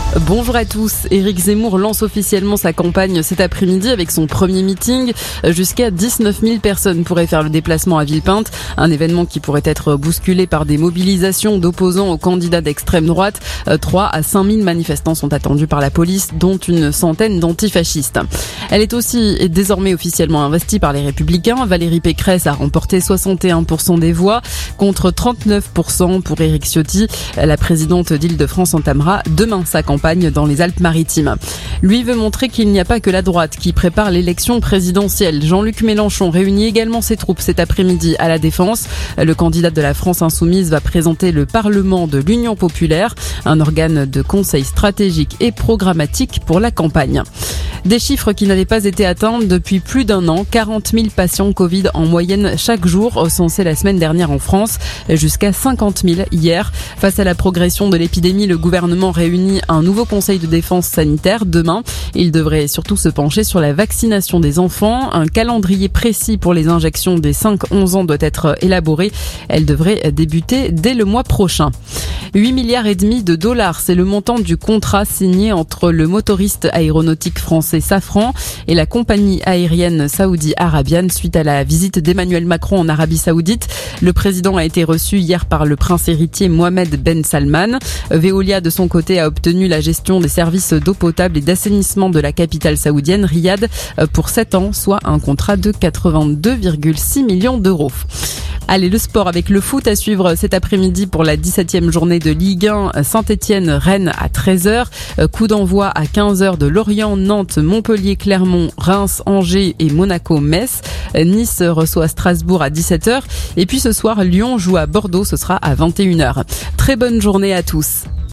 Bonjour à tous. Éric Zemmour lance officiellement sa campagne cet après-midi avec son premier meeting. Jusqu'à 19 000 personnes pourraient faire le déplacement à Villepinte. Un événement qui pourrait être bousculé par des mobilisations d'opposants aux candidats d'extrême droite. 3 à 5 000 manifestants sont attendus par la police, dont une centaine d'antifascistes. Elle est aussi désormais officiellement investie par les Républicains. Valérie Pécresse a remporté 61% des voix contre 39% pour Éric Ciotti. La présidente d'Île-de-France entamera demain sa campagne dans les Alpes-Maritimes. Lui veut montrer qu'il n'y a pas que la droite qui prépare l'élection présidentielle. Jean-Luc Mélenchon réunit également ses troupes cet après-midi à la Défense. Le candidat de la France insoumise va présenter le Parlement de l'Union populaire, un organe de conseil stratégique et programmatique pour la campagne. Des chiffres qui n'avaient pas été atteints depuis plus d'un an. 40 000 patients Covid en moyenne chaque jour recensés la semaine dernière en France, jusqu'à 50 000 hier. Face à la progression de l'épidémie, le gouvernement réunit un nouveau conseil de défense sanitaire demain. Il devrait surtout se pencher sur la vaccination des enfants. Un calendrier précis pour les injections des 5-11 ans doit être élaboré. Elle devrait débuter dès le mois prochain. 8,5 milliards de dollars, c'est le montant du contrat signé entre le motoriste aéronautique français Safran et la compagnie aérienne Saudi Arabian suite à la visite d'Emmanuel Macron en Arabie Saoudite. Le président a été reçu hier par le prince héritier Mohamed Ben Salman. Veolia, de son côté, a obtenu la gestion des services d'eau potable et d'assainissement de la capitale saoudienne, Riyad, pour 7 ans, soit un contrat de 82,6 millions d'euros. Allez, le sport avec le foot à suivre cet après-midi pour la 17e journée de Ligue 1. Saint-Etienne-Rennes à 13h. Coup d'envoi à 15h de Lorient, Nantes, Montpellier, Clermont, Reims, Angers et Monaco-Metz. Nice reçoit Strasbourg à 17h. Et puis ce soir, Lyon joue à Bordeaux. Ce sera à 21h. Très bonne journée à tous.